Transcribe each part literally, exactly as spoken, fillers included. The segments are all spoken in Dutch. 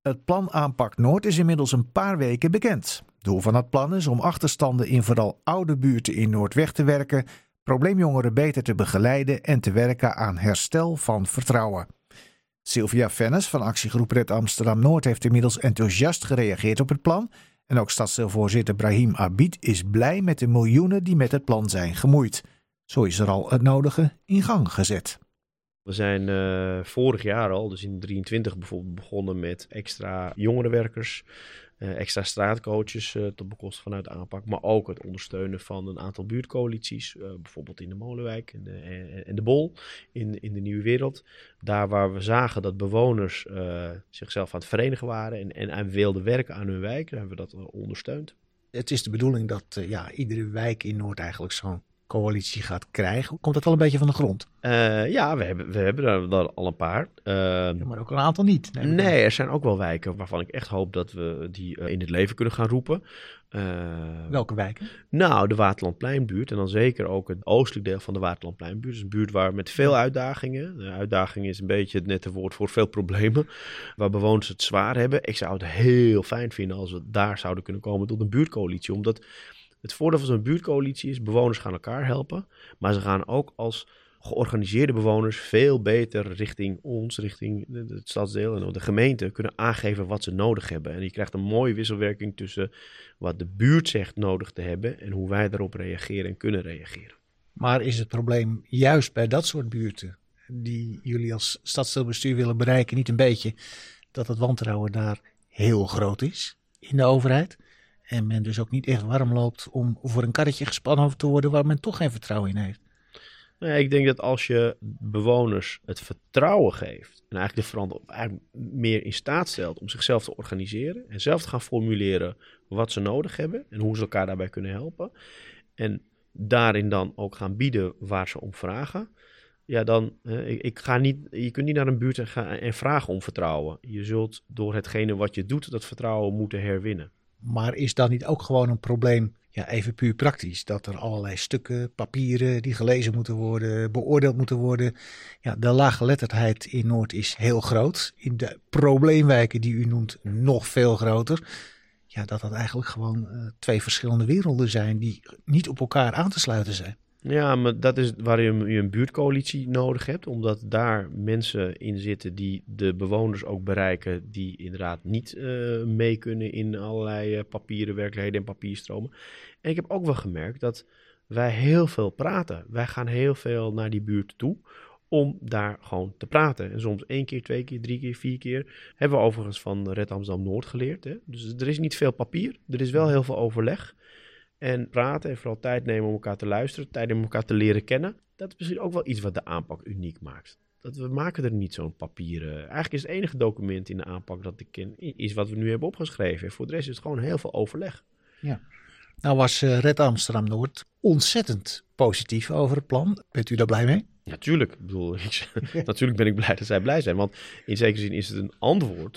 Het plan Aanpak Noord is inmiddels een paar weken bekend. Doel van het plan is om achterstanden in vooral oude buurten in Noord weg te werken, probleemjongeren beter te begeleiden en te werken aan herstel van vertrouwen. Sylvia Vennes van actiegroep Red Amsterdam Noord heeft inmiddels enthousiast gereageerd op het plan. En ook stadsdeelvoorzitter Brahim Abid is blij met de miljoenen die met het plan zijn gemoeid. Zo is er al het nodige in gang gezet. We zijn uh, vorig jaar al, dus in drieëntwintig bijvoorbeeld, begonnen met extra jongerenwerkers, uh, extra straatcoaches uh, tot bekosten vanuit de aanpak, maar ook het ondersteunen van een aantal buurtcoalities, uh, bijvoorbeeld in de Molenwijk en de, en, en de Bol, in, in de Nieuwe Wereld. Daar waar we zagen dat bewoners uh, zichzelf aan het verenigen waren en, en aan wilden werken aan hun wijk, hebben we dat uh, ondersteund. Het is de bedoeling dat uh, ja, iedere wijk in Noord eigenlijk zo'n coalitie gaat krijgen. Komt dat wel een beetje van de grond? Uh, ja, we hebben, we hebben er, er al een paar. Uh, ja, maar ook een aantal niet. Nee, nee, er zijn ook wel wijken waarvan ik echt hoop dat we die uh, in het leven kunnen gaan roepen. Uh, Welke wijken? Nou, de Waterlandpleinbuurt en dan zeker ook het oostelijk deel van de Waterlandpleinbuurt. Het is een buurt waar met veel uitdagingen. De uitdaging is een beetje het nette woord voor veel problemen. Waar bewoners het zwaar hebben. Ik zou het heel fijn vinden als we daar zouden kunnen komen tot een buurtcoalitie. Omdat het voordeel van zo'n buurtcoalitie is, bewoners gaan elkaar helpen. Maar ze gaan ook als georganiseerde bewoners veel beter richting ons, richting het stadsdeel en de gemeente kunnen aangeven wat ze nodig hebben. En je krijgt een mooie wisselwerking tussen wat de buurt zegt nodig te hebben en hoe wij daarop reageren en kunnen reageren. Maar is het probleem juist bij dat soort buurten die jullie als stadsdeelbestuur willen bereiken niet een beetje dat het wantrouwen daar heel groot is in de overheid? En men dus ook niet echt warm loopt om voor een karretje gespannen te worden waar men toch geen vertrouwen in heeft. Nou ja, ik denk dat als je bewoners het vertrouwen geeft en eigenlijk de verantwoordelijkheid meer in staat stelt om zichzelf te organiseren en zelf te gaan formuleren wat ze nodig hebben en hoe ze elkaar daarbij kunnen helpen en daarin dan ook gaan bieden waar ze om vragen, ja dan, eh, ik, ik ga niet, je kunt niet naar een buurt en, gaan, en vragen om vertrouwen. Je zult door hetgene wat je doet dat vertrouwen moeten herwinnen. Maar is dat niet ook gewoon een probleem, ja, even puur praktisch, dat er allerlei stukken, papieren die gelezen moeten worden, beoordeeld moeten worden. Ja, de laaggeletterdheid in Noord is heel groot. In de probleemwijken die u noemt nog veel groter. Ja, dat dat eigenlijk gewoon uh, twee verschillende werelden zijn die niet op elkaar aan te sluiten zijn. Ja, maar dat is waar je een, je een buurtcoalitie nodig hebt, omdat daar mensen in zitten die de bewoners ook bereiken, die inderdaad niet uh, mee kunnen in allerlei uh, papieren, werkelijkheden en papierstromen. En ik heb ook wel gemerkt dat wij heel veel praten. Wij gaan heel veel naar die buurt toe om daar gewoon te praten. En soms één keer, twee keer, drie keer, vier keer. Hebben we overigens van Red Amsterdam Noord geleerd. Hè? Dus er is niet veel papier, er is wel heel veel overleg. En praten en vooral tijd nemen om elkaar te luisteren, tijd om elkaar te leren kennen. Dat is misschien ook wel iets wat de aanpak uniek maakt. Dat we maken er niet zo'n papieren. Eigenlijk is het enige document in de aanpak dat ik ken, is wat we nu hebben opgeschreven. Voor de rest is het gewoon heel veel overleg. Ja. Nou was uh, Red Amsterdam Noord ontzettend positief over het plan. Bent u daar blij mee? Natuurlijk. Ik bedoel, ik, natuurlijk ben ik blij dat zij blij zijn. Want in zekere zin is het een antwoord.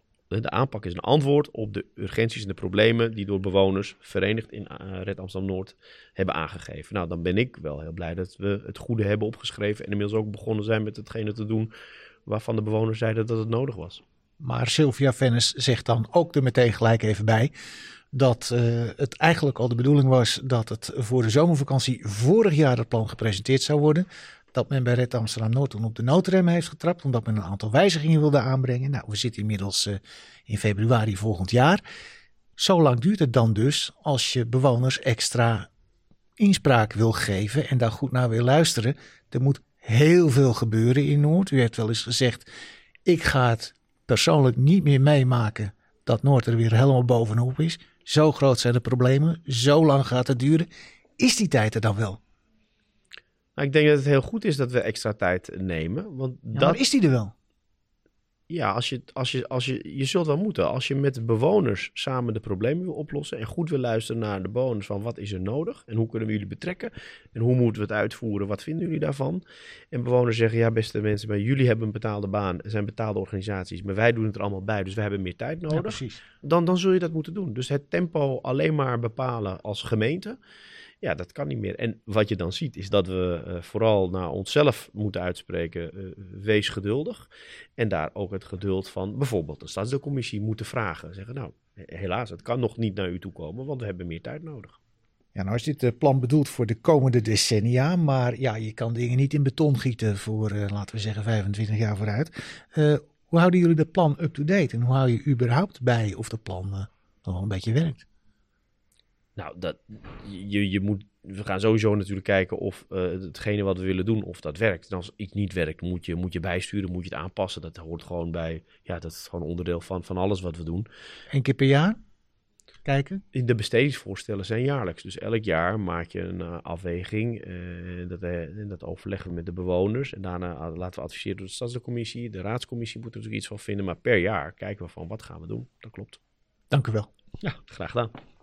De aanpak is een antwoord op de urgenties en de problemen die door bewoners verenigd in uh, Red Amsterdam Noord hebben aangegeven. Nou, dan ben ik wel heel blij dat we het goede hebben opgeschreven en inmiddels ook begonnen zijn met hetgene te doen waarvan de bewoners zeiden dat het nodig was. Maar Sylvia Vennes zegt dan ook er meteen gelijk even bij dat uh, het eigenlijk al de bedoeling was dat het voor de zomervakantie vorig jaar het plan gepresenteerd zou worden. Dat men bij Red Amsterdam Noord toen op de noodrem heeft getrapt, omdat men een aantal wijzigingen wilde aanbrengen. Nou, we zitten inmiddels uh, in februari volgend jaar. Zo lang duurt het dan dus als je bewoners extra inspraak wil geven en daar goed naar wil luisteren. Er moet heel veel gebeuren in Noord. U heeft wel eens gezegd, ik ga het persoonlijk niet meer meemaken dat Noord er weer helemaal bovenop is. Zo groot zijn de problemen, zo lang gaat het duren. Is die tijd er dan wel? Nou, ik denk dat het heel goed is dat we extra tijd nemen. Want ja, dat... maar is die er wel? Ja, als je, als je, als je, je zult wel moeten. Als je met de bewoners samen de problemen wil oplossen en goed wil luisteren naar de bewoners van wat is er nodig en hoe kunnen we jullie betrekken en hoe moeten we het uitvoeren, wat vinden jullie daarvan? En bewoners zeggen, ja beste mensen, maar jullie hebben een betaalde baan, er zijn betaalde organisaties, maar wij doen het er allemaal bij, dus we hebben meer tijd nodig. Ja, precies. Dan, dan zul je dat moeten doen. Dus het tempo alleen maar bepalen als gemeente Ja, dat kan niet meer. En wat je dan ziet is dat we uh, vooral naar onszelf moeten uitspreken, uh, wees geduldig. En daar ook het geduld van bijvoorbeeld de Stadsdeelcommissie moeten vragen. Zeggen, nou, helaas, het kan nog niet naar u toe komen, want we hebben meer tijd nodig. Ja, nou is dit plan bedoeld voor de komende decennia, maar ja, je kan dingen niet in beton gieten voor, uh, laten we zeggen, vijfentwintig jaar vooruit. Uh, hoe houden jullie dat plan up-to-date en hoe hou je überhaupt bij of dat plan uh, nog wel een beetje werkt? Nou, dat, je, je moet, we gaan sowieso natuurlijk kijken of uh, hetgene wat we willen doen, of dat werkt. En als iets niet werkt, moet je, moet je bijsturen, moet je het aanpassen. Dat hoort gewoon bij, ja, dat is gewoon onderdeel van, van alles wat we doen. Eén keer per jaar? Kijken? De bestedingsvoorstellen zijn jaarlijks. Dus elk jaar maak je een uh, afweging. Uh, dat, uh, dat overleggen we met de bewoners. En daarna uh, laten we adviseren door de Stadsdeelcommissie. De raadscommissie moet er natuurlijk iets van vinden. Maar per jaar kijken we van wat gaan we doen. Dat klopt. Dank u wel. Ja, graag gedaan.